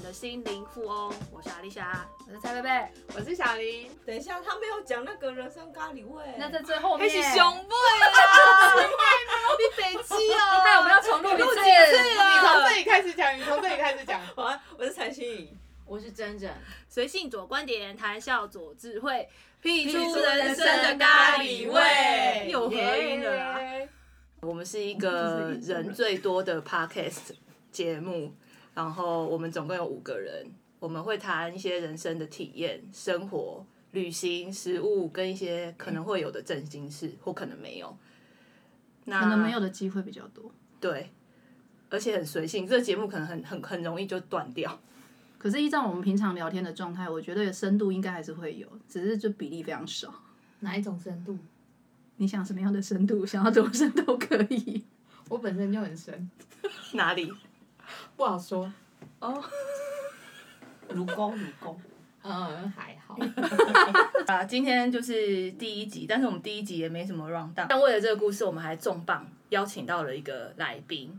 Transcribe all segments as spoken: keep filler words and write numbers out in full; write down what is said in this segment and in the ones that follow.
的心灵富翁，我是阿丽莎， 我是蔡贝贝， 我是小林。 等一下，他没有讲那个人参咖喱味。 那在最后面。 那是熊妹啊！你北七哦， 害我们要重录一次。 你从这里开始讲，你从这里开始讲。 我我是陈心怡， 我是珍珍。 随性左观点，谈笑左智慧，辟出人生的咖喱味，又合音了啦。我们是一个人最多的 podcast 节目，然后我们总共有五个人，我们会谈一些人生的体验、生活、旅行、食物，跟一些可能会有的正经事，或可能没有。 可能没有的机会比较多。 对，而且很随性，这个节目可能很很很容易就断掉。 可是依照我们平常聊天的状态，我觉得深度应该还是会有，只是就比例非常少。 哪一种深度？ 你想什么样的深度，想要多深都可以。 我本身就很深。 哪里？ 不好说。 哦。 乳沟乳沟。 嗯，还好。 啊，今天就是第一集，但是我们第一集也没什么 round down。但为了这个故事，我们还重磅邀请到了一个来宾。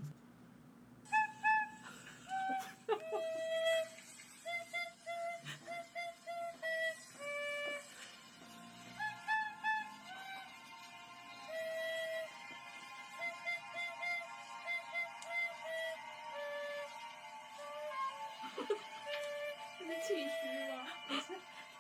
是气虚吗？不是。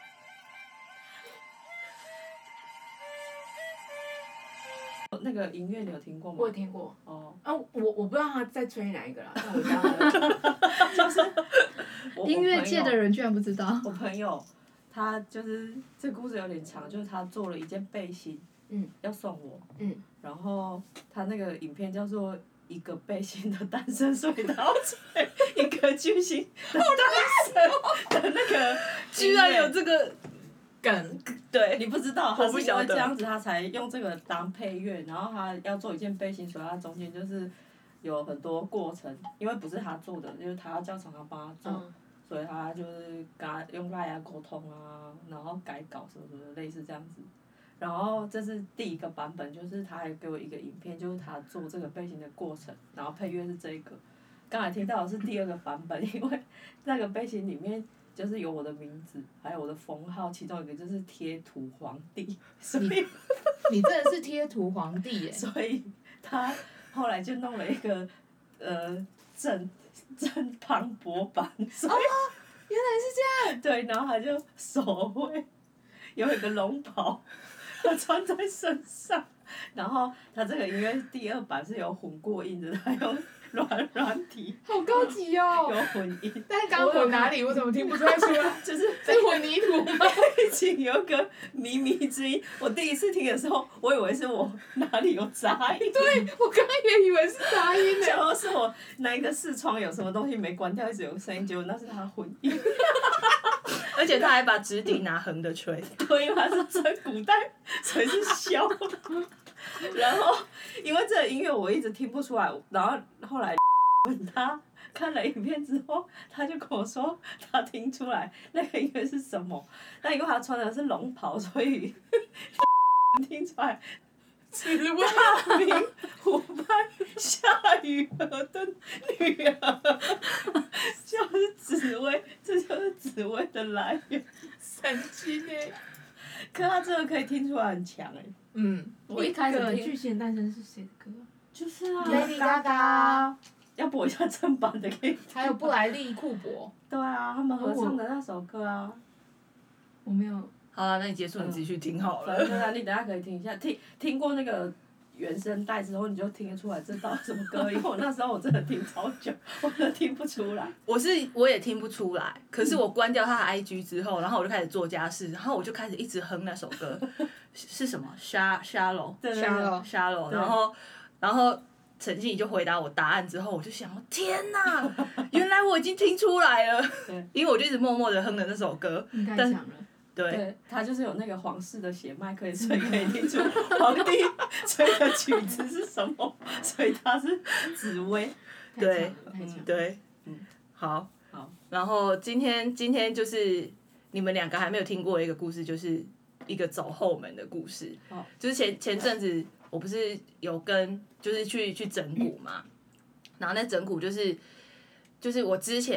那个音乐你有听过吗？ 我有听过。 哦。 啊，我我不知道他在吹哪一个啦，但我知道就是音乐界的人居然不知道。 我朋友，他就是这个故事有点长，就是他做了一件背心， 嗯， 要送我， 嗯， 然后他那个影片叫做。一个背心的诞生水稻穗，一个巨星的诞生的那个， 居然有这个梗， 对你不知道， 我不晓得， 这样子他才用这个当配乐，然后他要做一件背心，所以他中间就是有很多过程，因为不是他做的，就是他要叫厂商帮他做，嗯、所以他就是跟他用赖啊沟通啊，然后改稿什么什么类似这样子。然后这是第一个版本，就是他还给我一个影片，就是他做这个背心的过程，然后配乐是这个。刚才听到的是第二个版本，因为那个背心里面就是有我的名字，还有我的封号，其中一个就是贴图皇帝，所以你, 你真的是贴图皇帝耶！ 所以他后来就弄了一个呃正正磅礴版，所以、 哦、原来是这样。 对，然后他就手会有一个龙袍。他穿在身上，然后他这个音乐第二版是有混过音的，他用软软体， 好高级哦， 有混音。 但刚混哪里？我怎么听不出来出来？ 就是是混凝土吗？ 背景有个靡靡之音，我第一次听的时候，我以为是我哪里有杂音。 对，我刚刚也以为是杂音呢。 然后是我那一个视窗有什么东西没关掉，一直有声音，结果那是他混音。 而且他还把直笛拿横的吹， 对，因为他是真古代，所以是箫。然后因为这个音乐我一直听不出来，然后后来问他看了影片之后，他就跟我说他听出来那个音乐是什么，但因为他穿的是龙袍，所以听出来。 紫薇大明湖畔下雨荷的女儿，就是紫薇，这就是紫薇的来源。 神经诶！ 可他这个可以听出来很强诶。 嗯，我一开始听。 巨星诞生是谁的歌？ 就是啊 ，Lady Gaga。 要播一下正版的给你。 还有布莱利库珀。 对啊，他们合唱的那首歌啊。 我没有。 好了，那你结束你自己去听好了。 反正啊，你等下可以听一下，听听过那个原声带之后，你就听得出来这到底什么歌。因为我那时候我真的听超久，我真的听不出来。 我是我也听不出来，可是我关掉他的 I G 之后，然后我就开始做家事，然后我就开始一直哼那首歌，是什么 ？Shallow Shallow Shallow， 然后然后陈静怡就回答我答案之后，我就想，天哪，原来我已经听出来了，因为我就一直默默的哼了那首歌， 你太强了。 对， 对，他就是有那个皇室的血脉可以，所以可以听出皇帝吹的曲子是什么，所以他是紫薇。 对， 嗯， 对，嗯，好， 好， 然后今天今天就是你们两个还没有听过一个故事，就是一个走后门的故事。 哦， 就是前前阵子我不是有跟就是去去整骨嘛，然后那整骨就是就是我之前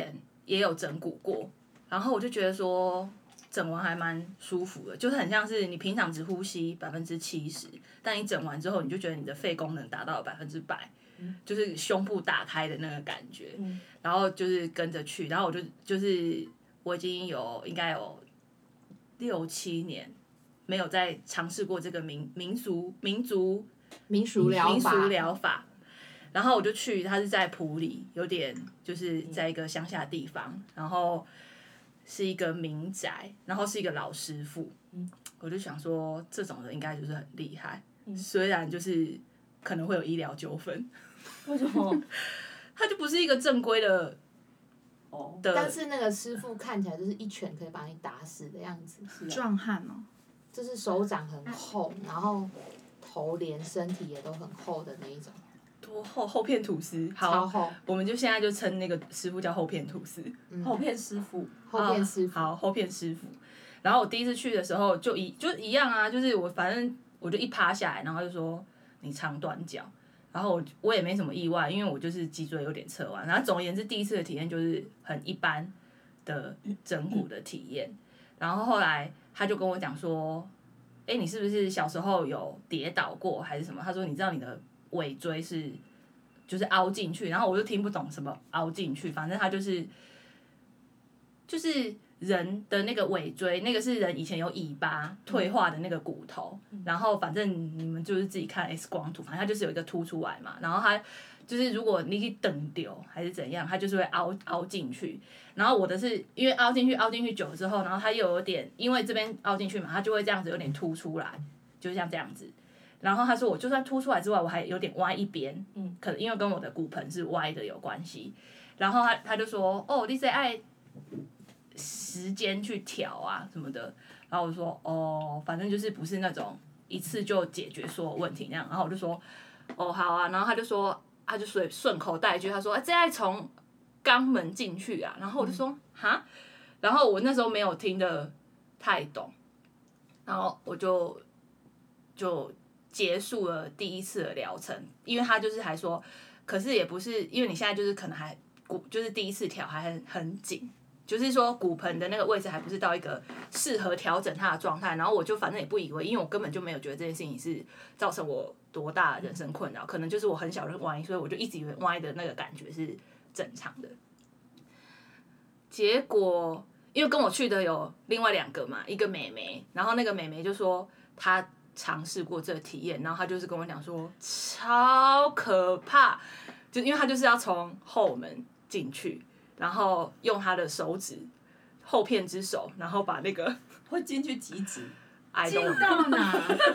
也有整骨过，然后我就觉得说整完还蛮舒服的，就是很像是你平常只呼吸百分之七十，但你整完之后，你就觉得你的肺功能达到了百分之百，就是胸部打开的那个感觉， 嗯、 然后就是跟着去，然后我就就是我已经有应该有六七年没有再尝试过这个民民俗民族民俗疗法， 民俗疗法。然后我就去，他是在埔里，有点就是在一个乡下地方，然后是一个民宅，然后是一个老师傅。 嗯、 我就想说，这种人应该就是很厉害，嗯、虽然就是可能会有医疗纠纷。 为什么？ 他就不是一个正规的。 哦。 但是那个师傅看起来就是一拳可以把你打死的样子。 是壮汉哦。 就是手掌很厚，然后头连身体也都很厚的那一种。 多厚？厚片吐司。好， 超厚。 我们就现在就称那个师傅叫厚片吐司。 嗯、 厚片师傅。 厚片师傅。 好，厚片师傅。然后我第一次去的时候就一就一样啊，就是我反正我就一趴下来，然后就说你长短脚，然后我我也没什么意外，因为我就是脊椎有点侧弯。然后总而言之，第一次的体验就是很一般的整骨的体验。然后后来他就跟我讲说，哎，你是不是小时候有跌倒过还是什么？他说你知道你的尾椎是就是凹进去，然后我就听不懂什么凹进去，反正他就是就是人的那个尾椎，那个是人以前有尾巴退化的那个骨头，嗯、然后反正你们就是自己看 X 光图，反正它就是有一个凸出来嘛，然后它就是如果你等丢还是怎样，它就是会凹凹进去。然后我的是因为凹进去凹进去久了之后，然后它又有点因为这边凹进去嘛，它就会这样子有点凸出来，就像这样子。然后他说我就算凸出来之外，我还有点歪一边，嗯，可能因为跟我的骨盆是歪的有关系。然后他他就说哦，你这爱时间去调啊什么的。然后我说哦，反正就是不是那种一次就解决所有问题那样。然后我就说哦好啊，然后他就说他就顺顺口带一句，他说这爱从肛门进去啊。然后我就说哈，然后我那时候没有听得太懂，然后我就就。结束了第一次的疗程，因为他就是还说，可是也不是，因为你现在就是可能还骨就是第一次调还很很紧，就是说骨盆的那个位置还不是到一个适合调整它的状态。然后我就反正也不以为，因为我根本就没有觉得这件事情是造成我多大的人生困扰，可能就是我很小就歪，所以我就一直以为歪的那个感觉是正常的。结果因为跟我去的有另外两个嘛，一个妹妹，然后那个妹妹就说她尝试过这个体验，然后他就是跟我讲说超可怕，就因为他就是要从后门进去，然后用他的手指后片之手，然后把那个会进去几指 I 进 don't 到哪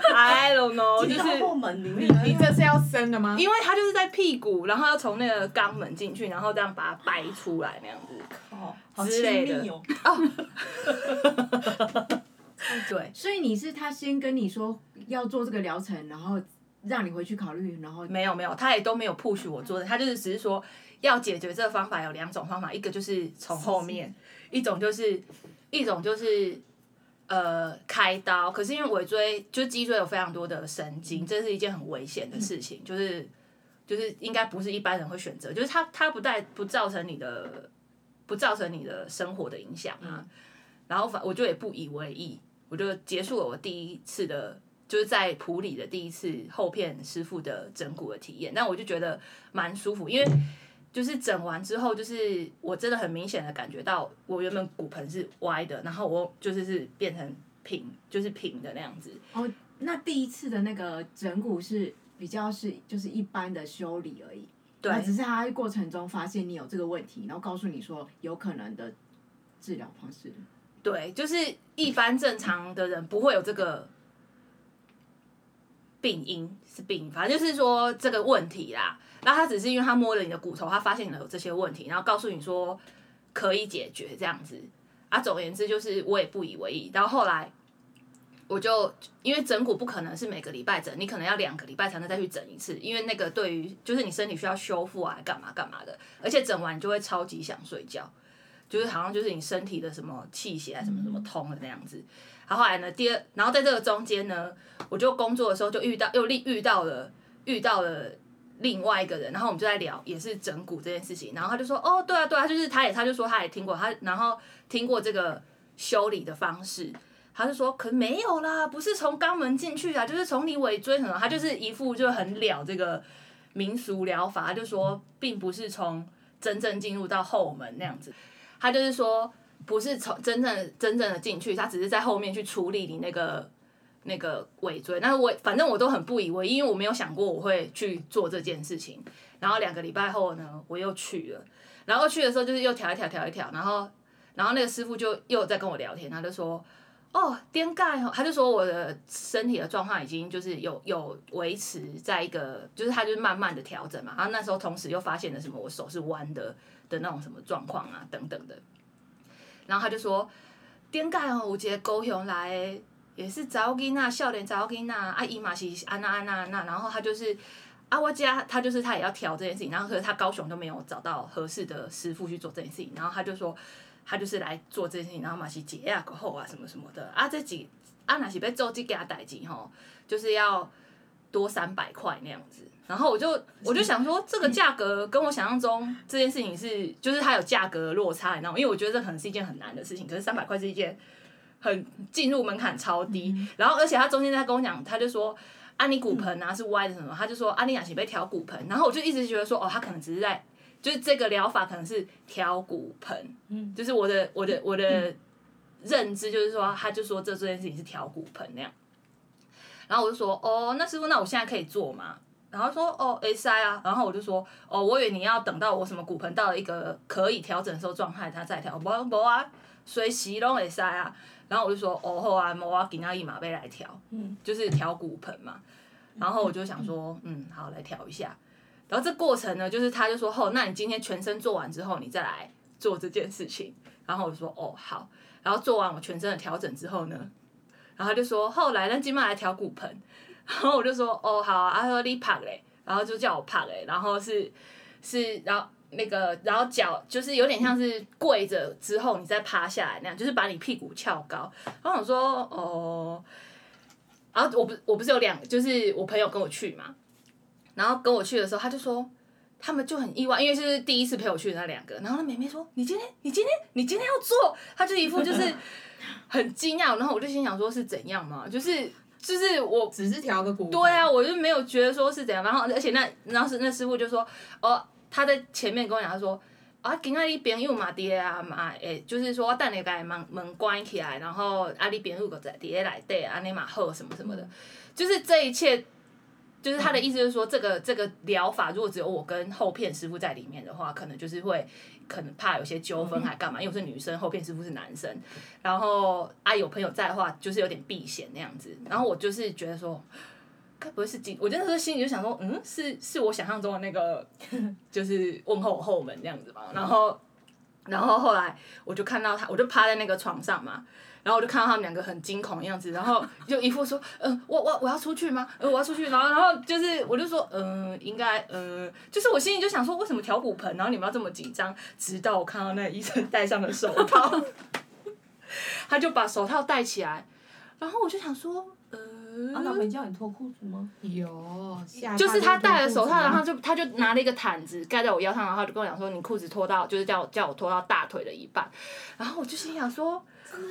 I don't know， 进就是到后门里面。 你这是要生的吗？ 因为他就是在屁股，然后要从那个肛门进去，然后这样把它掰出来那样子， 靠，好之类的亲密哦。 对， 所以你是他先跟你说要做这个疗程，然后让你回去考虑，然后没有没有，他也都没有 push 我做的，他就是只是说要解决这个方法有两种方法，一个就是从后面，一种就是一种就是呃开刀，可是因为尾椎就是脊椎有非常多的神经，这是一件很危险的事情，就是就是应该不是一般人会选择，就是它它不带不造成你的不造成你的生活的影响啊，然后反我就也不以为意。我就结束了我第一次的，就是在埔里的第一次后片师傅的整骨的体验，但我就觉得蛮舒服，因为就是整完之后，就是我真的很明显的感觉到，我原本骨盆是歪的，然后我就是是变成平，就是平的那样子。 哦，那第一次的那个整骨是比较是就是一般的修理而已， 对， 只是他过程中发现你有这个问题，然后告诉你说有可能的治疗方式。 对，就是一般正常的人不会有这个病因，是病因，反正就是说这个问题啦。然后他只是因为他摸了你的骨头，他发现你有这些问题，然后告诉你说可以解决这样子。啊，总而言之就是我也不以为意。然后后来我就因为整骨不可能是每个礼拜整，你可能要两个礼拜才能再去整一次，因为那个对于就是你身体需要修复啊，干嘛干嘛的，而且整完你就会超级想睡觉。就是好像就是你身体的什么气血啊什么什么通的那样子，然后后来呢，第二，然后在这个中间呢，我就工作的时候就遇到又遇到了遇到了另外一个人，然后我们就在聊也是整骨这件事情，然后他就说哦对啊对啊，就是他也他就说他也听过他，然后听过这个修理的方式，他就说可没有啦，不是从肛门进去啊，就是从你尾椎什么，他就是一副就很了这个民俗疗法，他就说并不是从真正进入到后门那样子，他就是说不是从真正真正的进去，他只是在后面去处理你那个。那个尾椎，那我反正我都很不以为意，因为我没有想过我会去做这件事情。然后两个礼拜后呢，我又去了，然后去的时候就是又调一调调一调，然后然后那个师傅就又在跟我聊天，他就说，哦，颠盖哦，他就说我的身体的状况已经就是有有维持在一个，就是他就是慢慢的调整嘛。然后那时候同时又发现了什么，我手是弯的的那种什么状况啊等等的。然后他就说，颠盖哦，有一个高雄来的。也是查某囡仔，少年查某囡仔，啊，伊嘛是安那安那安那，然后他就是啊，我家他就是他也要调这件事情，然后可是他高雄都没有找到合适的师傅去做这件事情，然后他就说他就是来做这件事情，然后嘛是节啊个好啊什么什么的啊，这几啊若是要做这件代志吼，就是要多三百块那样子，然后我就我就想说这个价格跟我想象中这件事情是就是它有价格落差，你知道吗？因为我觉得这可能是一件很难的事情，可是三百块是一件。很进入门槛超低，嗯、然后而且他中间在跟我讲，他就说啊你骨盆啊是歪的什么，他就说啊你若是要调骨盆，然后我就一直觉得说哦他可能只是在就是这个疗法可能是调骨盆，嗯，就是我的我的我的认知就是说他就说这这件事情是调骨盆那样，然后我就说哦那师傅那我现在可以做吗？然后说哦 A 塞啊，然后我就说哦我以为你要等到我什么骨盆到了一个可以调整的时候状态他再调，无无啊随时都会塞啊。然后我就说，哦好啊，我今仔日嘛要来调，嗯、就是调骨盆嘛。然后我就想说，嗯，好，来调一下。然后这过程呢，就是他就说，哦，那你今天全身做完之后，你再来做这件事情。然后我就说，哦，好。然后做完我全身的调整之后呢，然后他就说，后来咱今晚来调骨盆。然后我就说，哦，好啊。他说你拍嘞，然后就叫我拍嘞，然后是是，然后。那个，然后脚就是有点像是跪着之后你再趴下来那样，就是把你屁股翘高。然后我说哦，然后我不我不是有两，就是我朋友跟我去嘛，然后跟我去的时候，他就说他们就很意外，因为就是第一次陪我去的那两个。然后那妹妹说：“你今天你今天你今天要做？”他就一副就是很惊讶。然后我就心想说是怎样嘛，就是就是我只是调个骨。 对啊，我就没有觉得说是怎样。然后而且那然后是那师傅就说哦。他在前面跟我讲，他说：“啊，今仔你朋友嘛伫咧啊嘛，诶，就是说等下把门门关起来，然后啊你朋友个在伫咧内底，安尼嘛好什么什么的，就是这一切，就是他的意思就是说，这个这个疗法如果只有我跟后片师傅在里面的话，可能就是会可能怕有些纠纷还干嘛，因为我是女生，后片师傅是男生，然后啊有朋友在的话，就是有点避嫌那样子，然后我就是觉得说。”该不会是今？我真的是心里就想说，嗯，是是我想象中的那个，就是问候后门这样子嘛。然后，然后后来我就看到他，我就趴在那个床上嘛，然后我就看到他们两个很惊恐的样子，然后就一副说，嗯、呃，我我我要出去吗？呃，我要出去。然后然后就是我就说，嗯、呃，应该，嗯、呃，就是我心里就想说，为什么调骨盆，然后你们要这么紧张？直到我看到那个医生戴上了手套，他就把手套戴起来，然后我就想说，呃。 啊，他没叫你脱裤子吗？ 有， 就是他戴了手套，然后就他就拿了一个毯子盖在我腰上，然后就跟我讲说，你裤子脱到，就是叫叫我脱到大腿的一半，然后我就心想说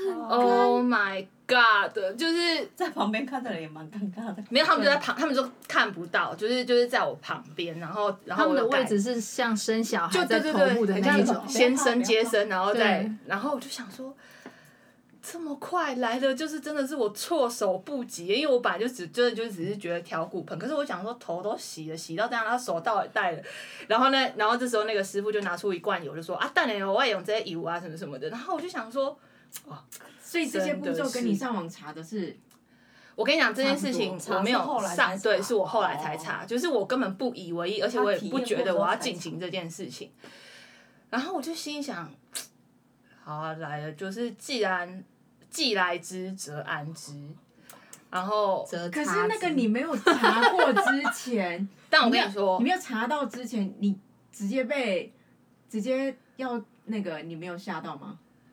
，Oh my God， 就是在旁边看的人也蛮尴尬的。 没有，他们就在旁，他们就看不到，就是就是在我旁边，然后然后他们的位置是像生小孩在头部的那一种， 先生接生，然后再，然后我就想说。这么快来的，就是真的是我措手不及，因为我本来就只真的就只是觉得调骨盆，可是我想说头都洗了，洗到这样，然后手套也戴了，然后呢，然后这时候那个师傅就拿出一罐油，就说啊，等下我要用这些油啊什么什么的，然后我就想说，哇， 所以这些步骤跟你上网查的是， 我跟你讲这件事情我没有上，对，是我后来才查，就是我根本不以为意，而且我也不觉得我要进行这件事情，然后我就心想，好啊，来了，就是既然。既来之则安之，然后可是那个你没有查过之前， 但我跟你说， 你没有查到之前，你直接被直接要那个，你没有吓到吗？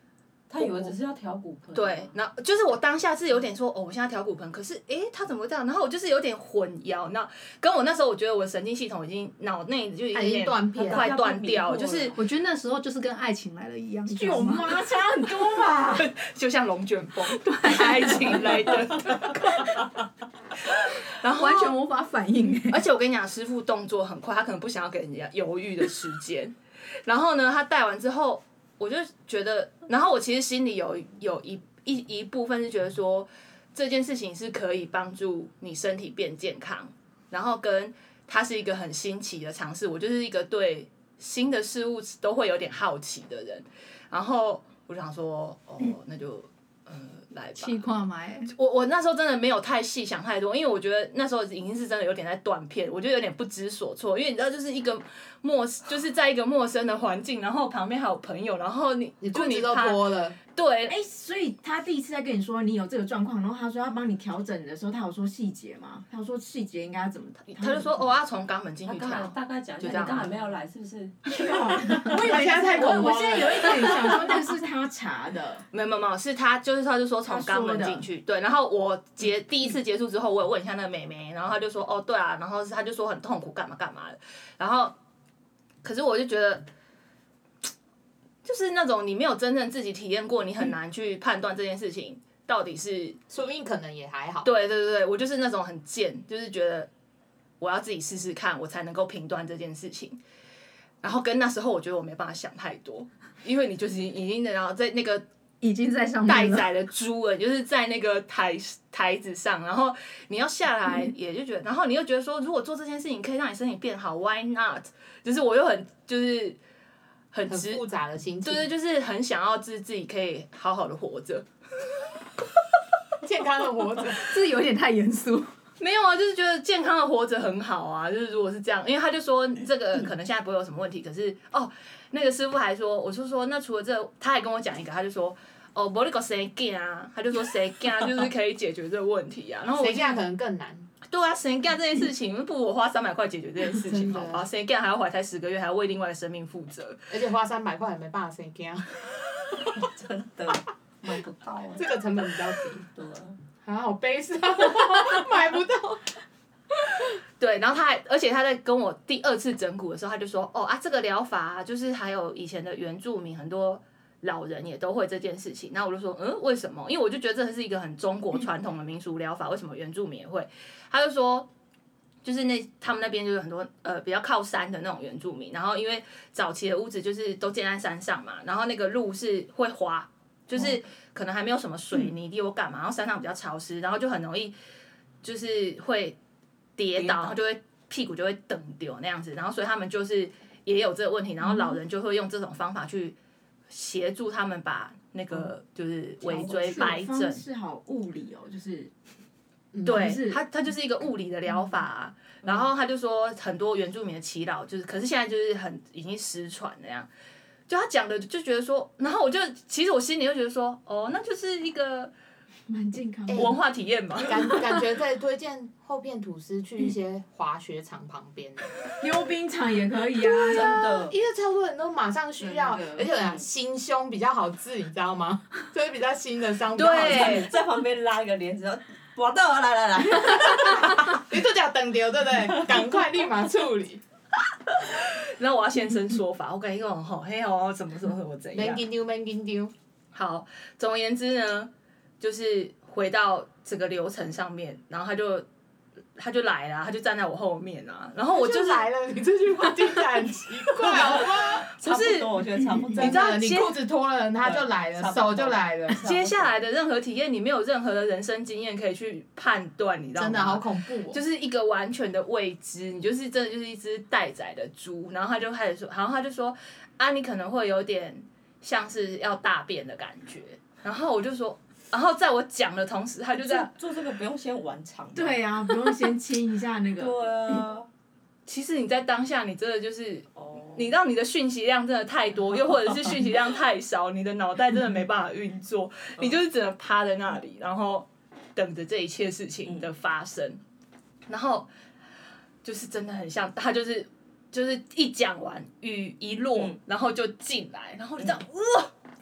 他以为只是要调骨盆。 对，然后就是我当下是有点说，哦，我现在调骨盆，可是诶，他怎么会这样？然后我就是有点混淆，那跟我那时候我觉得我的神经系统已经脑内就有点断片快断掉，就是我觉得那时候就是跟爱情来了一样， 有吗？差很多吧？ 就像龙卷风，对，爱情来的。然后完全无法反应。 而且我跟你讲，师傅动作很快，他可能不想要给人家犹豫的时间。然后呢，他带完之后，我就觉得，然后我其实心里有有一一一部分是觉得说，这件事情是可以帮助你身体变健康，然后跟它是一个很新奇的尝试。我就是一个对新的事物都会有点好奇的人，然后我就想说，哦，那就。嗯，来吧。 气跨埋。 我我那时候真的没有太细想太多，因为我觉得那时候已经是真的有点在断片，我就有点不知所措。因为你知道，就是一个陌，就是在一个陌生的环境，然后旁边还有朋友，然后你你就你裤子都脱了。 对， 哎、所以他第一次在跟你说你有这个状况，然后他说要帮你调整的时候，他有说细节吗？他有说细节应该怎么？ 他就说哦，要从肛门进去他刚才调。 大概讲一下， 就这样你刚才没有来是不是？ 我以为现在太恐慌了我我现在有一点想说那是他查的。 没有没有没有，是他就是他就说从肛门进去，对，然后我结第一次结束之后，我有问一下那个妹妹，然后他就说哦对啊，然后他就说很痛苦干嘛干嘛的，然后可是我就觉得。就是那种你没有真正自己体验过，你很难去判断这件事情到底是， 说不定可能也还好。 对对对，我就是那种很贱，就是觉得我要自己试试看，我才能够评断这件事情。然后跟那时候我觉得我没办法想太多，因为你就是已经然后在那个已经在上面了。 待宰的猪了，你就是在那个台台子上，然后你要下来，也就觉得，然后你又觉得说，如果做这件事情可以让你身体变好 ，Why not？ 就是我又很就是很直很复杂的心情。 对对，就是很想要自自己可以好好的活着， 健康的活着。 这有点太严肃。 没有啊，就是觉得健康的活着很好啊。就是如果是这样，因为他就说这个可能现在不会有什么问题，可是哦，那个师傅还说，我就说那除了这个，他还跟我讲一个，他就说哦，无你个生囝啊，他就说生囝就是可以解决这个问题啊。然后我谁这样可能更难。 对啊，生囝这件事情，不如我花三百块解决这件事情好不好？生囝还要怀胎十个月，还要为另外的生命负责， 而且花三百块也没办法生囝。 真的买不到啊。 这个成本比较低。 对啊。 啊，好悲伤，买不到。 对，然后他还，而且他在跟我第二次整骨的时候，他就说，哦啊，这个疗法啊，就是还有以前的原住民很多老人也都会这件事情。然后我就说，嗯，为什么？因为我就觉得这是一个很中国传统的民俗疗法，为什么原住民也会？他就说，就是那他们那边就是很多呃比较靠山的那种原住民，然后因为早期的屋子就是都建在山上嘛，然后那个路是会滑。就是可能还没有什么水泥地或干嘛，然后山上比较潮湿，然后就很容易就是会跌倒，然后就会屁股就会蹬丢那样子，然后所以他们就是也有这个问题，然后老人就会用这种方法去协助他们把那个就是尾椎掰正。 方式好物理哦，就是对，他他就是一个物理的疗法、啊，然后他就说很多原住民的祈祷就是，可是现在就是很已经失传那样。就他讲的就觉得说，然后我就其实我心里就觉得说，哦，那就是一个蛮健康的文化体验嘛。 感感觉可以推荐厚片吐司去一些滑雪场旁边。 溜冰场也可以啊， 真的。 因为超多人都马上需要， 真的而且我讲心胸比较好治，你知道吗？就是比较新的伤。 对， 在旁边拉一个帘子，拔到啊，来来来。 你都叫等掉，对不对？赶快立马处理。 然后我要现身说法，我跟你讲吼，嘿吼，怎么怎么怎么怎样。 免紧张，免紧张。 好，总而言之呢，就是回到这个流程上面，然后他就他就来了，他就站在我后面啊，然后我就是来了，你这句话听起来很奇怪，好吗？ 差不多，我觉得差不多。 你知道你裤子脱了，他就来了，手就来了。 接下来的任何体验，你没有任何的人生经验可以去判断，你知道吗？ 真的好恐怖哦！ 就是一个完全的未知，你就是真的就是一只待宰的猪，然后他就开始说，然后他就说啊，你可能会有点像是要大便的感觉，然后我就说，然后在我讲的同时，他就在做这个不用先玩场。 对啊，不用先亲一下那个。 对啊。 其实你在当下，你真的就是，你让你的讯息量真的太多，又或者是讯息量太少，你的脑袋真的没办法运作，你就是只能趴在那里，然后等着这一切事情的发生，然后就是真的很像他就是就是一讲完雨一落，然后就进来，然后就这样哇。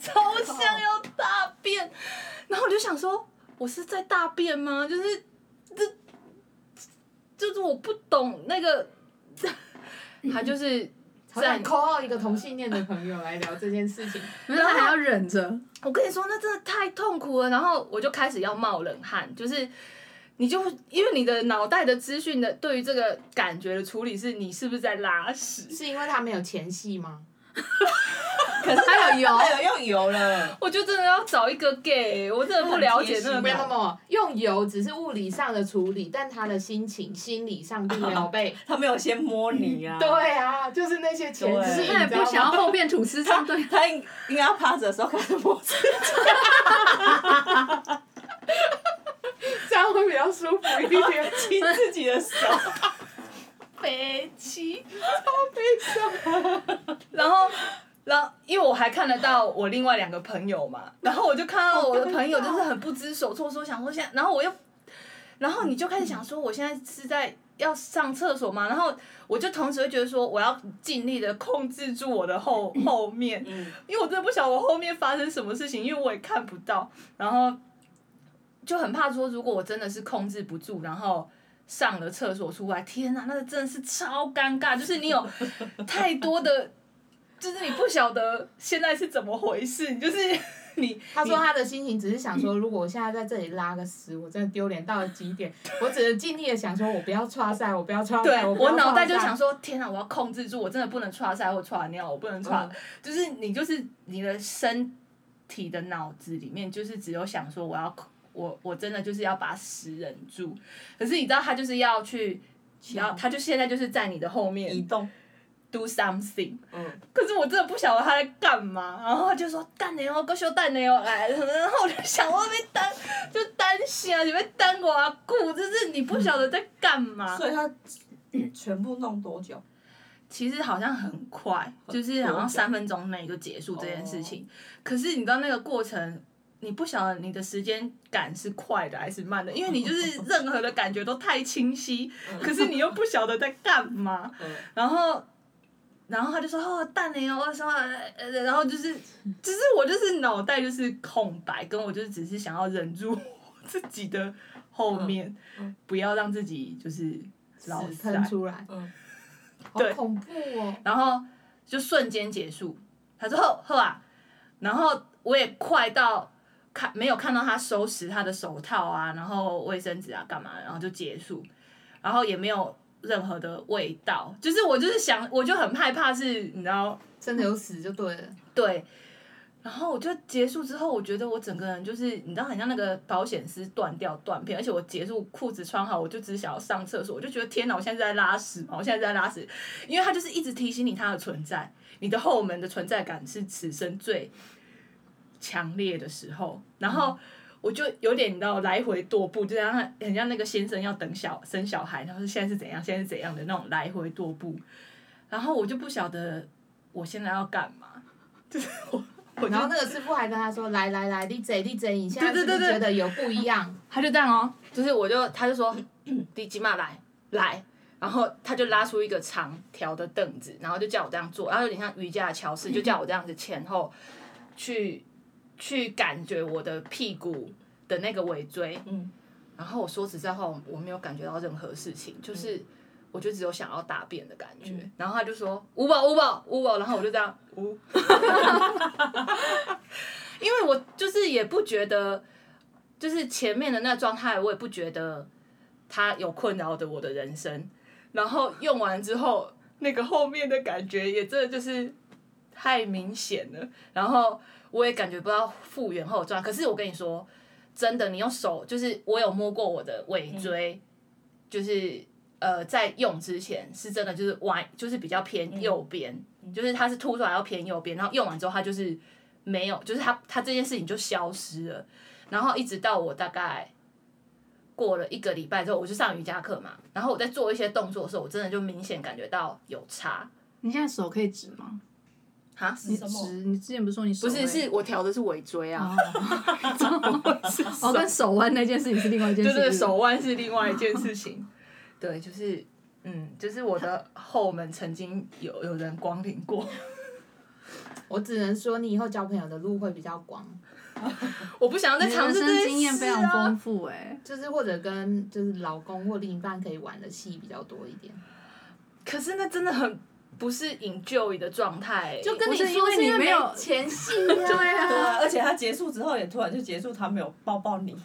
超像要大便，然后我就想说，我是在大便吗？就是这，就是我不懂那个，他就是在call一个同性恋的朋友来聊这件事情， 没有他还要忍着。 我跟你说，那真的太痛苦了，然后我就开始要冒冷汗，就是你就因为你的脑袋的资讯的对于这个感觉的处理是，你是不是在拉屎？ 是因为他没有前戏吗？ 可是还有油还有用油了。 我就真的要找一个 gay， 我真的不了解那个没有感觉。 没有，用油只是物理上的处理，但他的心情、心理上并没有被。 他没有先摸你啊。 对啊，就是那些前戏， 对他也不想要后面吐司上对。 他应应该要趴着的时候开始摸自己。 这样会比较舒服一点。 亲自己的手。 悲戚，超悲伤。然后，然后，因为我还看得到我另外两个朋友嘛，然后我就看到我的朋友就是很不知所措，说想说现在，然后我又，然后你就开始想说，我现在是在要上厕所嘛，然后我就同时会觉得说，我要尽力的控制住我的后后面，因为我真的不晓得我后面发生什么事情，因为我也看不到，然后就很怕说，如果我真的是控制不住，然后。上了厕所出来，天哪，那个真的是超尴尬，就是你有太多的，就是你不晓得现在是怎么回事，就是你。 他说他的心情只是想说，如果我现在在这里拉个屎，我真的丢脸到了极点，我只能尽力的想说，我不要剉赛，我不要剉赛， 对， 我我脑袋就想说，天哪，我要控制住，我真的不能剉赛或剉尿，我不能剉， 嗯、 就是你就是你的身体的脑子里面就是只有想说我要。我我真的就是要把屎忍住，可是你知道他就是要去，然后他就现在就是在你的后面移动 ，do something， 嗯， 可是我真的不晓得他在干嘛，然后他就说等你哦，搁小等你哦，来，然后我就想我要等，就等啥，你要等我啊，顾，就是你不晓得在干嘛。 所以他全部弄多久？ 其实好像很快，就是好像三分钟内就结束这件事情，可是你知道那个过程。你不晓得你的时间感是快的还是慢的，因为你就是任何的感觉都太清晰，可是你又不晓得在干嘛，然后，然后他就说哦，蛋呢哦什么，然后就是，就是我就是脑袋就是空白，跟我就是只是想要忍住自己的后面，不要让自己就是老喷出来，好恐怖哦。 然后就瞬间结束，他说呵呵啊，然后我也快到。看没有看到他收拾他的手套啊，然后卫生纸啊干嘛，然后就结束，然后也没有任何的味道，就是我就是想，我就很害怕是，你知道， 真的有死就对了。 对，然后我就结束之后，我觉得我整个人就是，你知道，很像那个保险丝断掉断片，而且我结束裤子穿好，我就只想要上厕所，我就觉得天哪，我现在在拉屎嘛，我现在在拉屎，因为他就是一直提醒你他的存在，你的后门的存在感是此生最。强烈的时候，然后我就有点你知道来回踱步，就像很像那个先生要等小生小孩，然后现在是怎样，现在是怎样的那种来回踱步，然后我就不晓得我现在要干嘛，就是我，我然后那个师傅还跟他说：“来来来，你坐你坐，你现在是不是觉得有不一样？” 他就这样哦，就是我就他就说：“你起码来来。”然后他就拉出一个长条的凳子，然后就叫我这样坐，然后有点像瑜伽的桥式，就叫我这样子前后去。去感觉我的屁股的那个尾椎，嗯，然后我说实在话，我没有感觉到任何事情，就是我就只有想要大便的感觉。嗯、然后他就说五宝五宝五宝，然后我就这样五，因为我就是也不觉得，就是前面的那状态，我也不觉得它有困扰的我的人生。然后用完之后，那个后面的感觉也真的就是太明显了，然后。我也感觉不到复原后的状态，可是我跟你说，真的，你用手，就是我有摸过我的尾椎，嗯、就是呃，在用之前是真的就是歪，就是比较偏右边，嗯、就是它是凸出来要偏右边，然后用完之后它就是没有，就是它它这件事情就消失了，然后一直到我大概过了一个礼拜之后，我就上瑜伽课嘛，然后我在做一些动作的时候，我真的就明显感觉到有差。 你现在手可以指吗？ 哈？ 你指？你之前不是说你手？ 不是，是我调的是尾椎啊。 哦，跟手腕那件事情是另外一件事情。 对对，手腕是另外一件事情。对，就是嗯，就是我的后门曾经有有人光临过。 我只能说你以后交朋友的路会比较广。 我不想要再尝试这件事、啊、 经验非常丰富哎、欸， 就是或者跟就是老公或另一半可以玩的戏比较多一点。 可是那真的很不是 enjoy 的状态、欸， 就跟你说是因为你没有前戏啊。 对对啊， 啊，而且他结束之后也突然就结束，他没有抱抱你。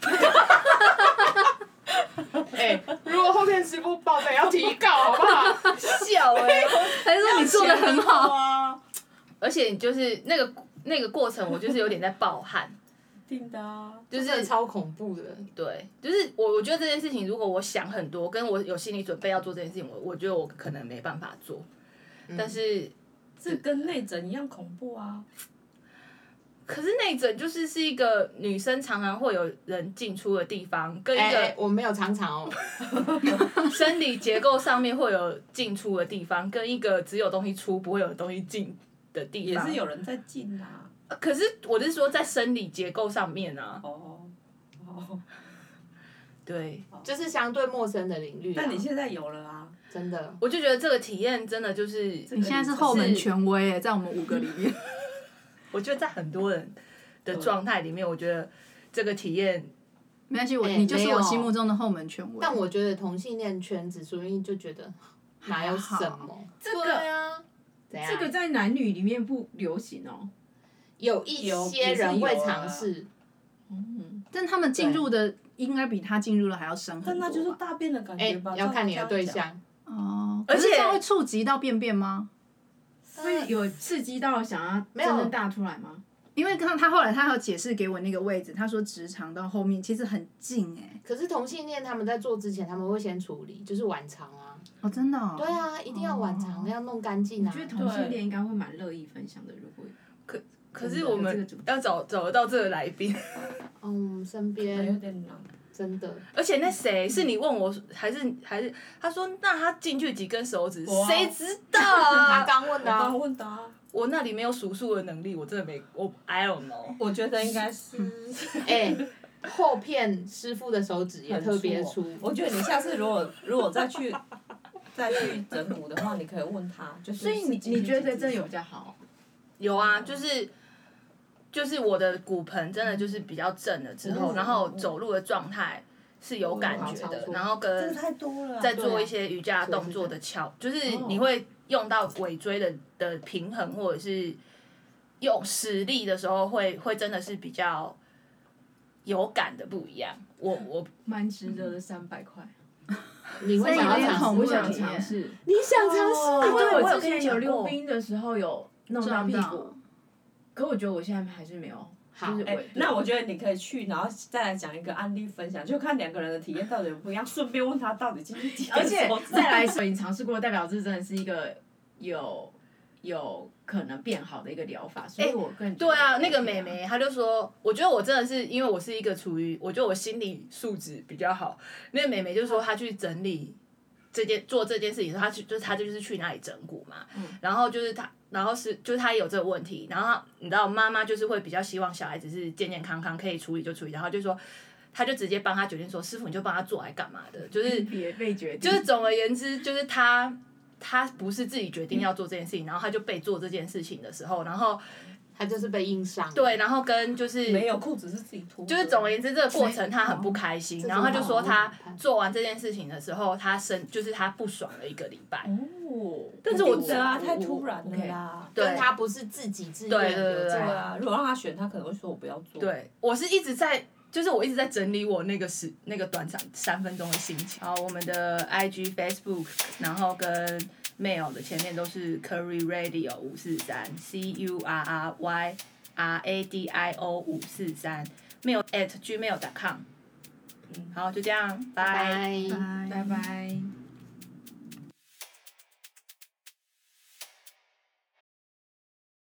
哎、欸，如果后面师傅报的要提告好不好？ 笑哎、欸， 还是说你做的很好啊？ 而且你就是那个那个过程，我就是有点在暴汗。 定的啊， 就是超恐怖的。 对，就是我我觉得这件事情，如果我想很多，跟我有心理准备要做这件事情，我我觉得我可能没办法做。嗯、但是这跟内诊一样恐怖啊。 可是内诊就是是一个女生常常会有人进出的地方，跟一个、 欸欸、我没有常常哦， 生理结构上面会有进出的地方，跟一个只有东西出不会有东西进的地方， 也是有人在进啊。 可是我是说在生理结构上面啊。 哦哦， 对， 就是相对陌生的领域、啊。 但你现在有了啊， 真的。 我就觉得这个体验真的就是， 你现在是后门权威哎，在我们五个里面。 我觉得在很多人的状态里面，我觉得这个体验没关系，我、欸、你就是我心目中的后门权威。 但我觉得同性恋圈子，所以就觉得哪有什么。 这个啊， 这个在男女里面不流行哦。 有一些人会尝试， 嗯，但他们进入的应该比他进入的还要深很多。 但那就是大便的感觉吧？ 欸、要看你的对象哦。而且这样会触及到便便吗？ 会有刺激到想要真的大出来吗？ 因为刚他后来他有解释给我那个位置，他说直肠到后面其实很近哎、欸。 可是同性恋他们在做之前，他们会先处理，就是晚肠啊。 哦，真的、哦。 对啊，一定要晚肠，哦、要弄干净啊。 我觉得同性恋应该会蛮乐意分享的，如果。 可可是我们要找找得到这个来宾。 嗯，身边有点难。 真的， 而且那谁是你问我还是还是他说那他进去几根手指，谁知道啊？ 他刚问的、啊， 刚问的啊。 我那里没有数数的能力，我真的没我 I don't know。 我觉得应该是， 哎、欸，后片师傅的手指也特别粗。 我觉得你下次如果如果再去再去整骨的话，你可以问他，就是。 所以你你觉得这有比较好？ 有啊，就是。就是我的骨盆真的就是比较正了之后，然后走路的状态是有感觉的，然后跟在做一些瑜伽动作的敲，就是你会用到尾椎的的平衡，或者是用实力的时候会会真的是比较有感的不一样。我我蛮值得的三百块。 你会想要尝试？ 我想尝试。 你想尝试？ 因为我之前有溜冰的时候有弄到屁股。可我觉得我现在还是没有。 好， 哎、欸，那我觉得你可以去，然后再来讲一个案例分享，就看两个人的体验到底有不一样，顺便问他到底进去几根手指。 而且再来说，你尝试过，代表这真的是一个有有可能变好的一个疗法，所以我更、啊欸、 对啊，那个妹妹她就说，我觉得我真的是因为我是一个处于，我觉得我心理素质比较好。那个妹妹就说她去整理这件做这件事情，她去就是她就是去那里整骨嘛，嗯、然后就是她。然后是，就是他也有这个问题，然后你知道妈妈就是会比较希望小孩子是健健康康，可以处理就处理，然后就说，他就直接帮他决定说，师傅你就帮他做来干嘛的，就是别被决定， 就是总而言之，就是他他不是自己决定要做这件事情，然后他就被做这件事情的时候，然后他就是被硬上， 对，然后跟就是没有裤子是自己脱， 就是总而言之这个过程他很不开心，然后他就说他做完这件事情的时候，他生就是他不爽了一个礼拜。 哦， 但是我觉得啊，太突然了啦。 对，他不是自己自愿的。 对啊，如果让他选，他可能会说我不要做。 对，我是一直在，就是我一直在整理我那个时那个短暂三分钟的心情。好，我们的 I G、Facebook， 然后跟 Mail 的前面都是 Curry Radio 五四三 C U R R Y R A D I O 五四三 mail at gmail dot com。好，就这样，拜拜拜拜。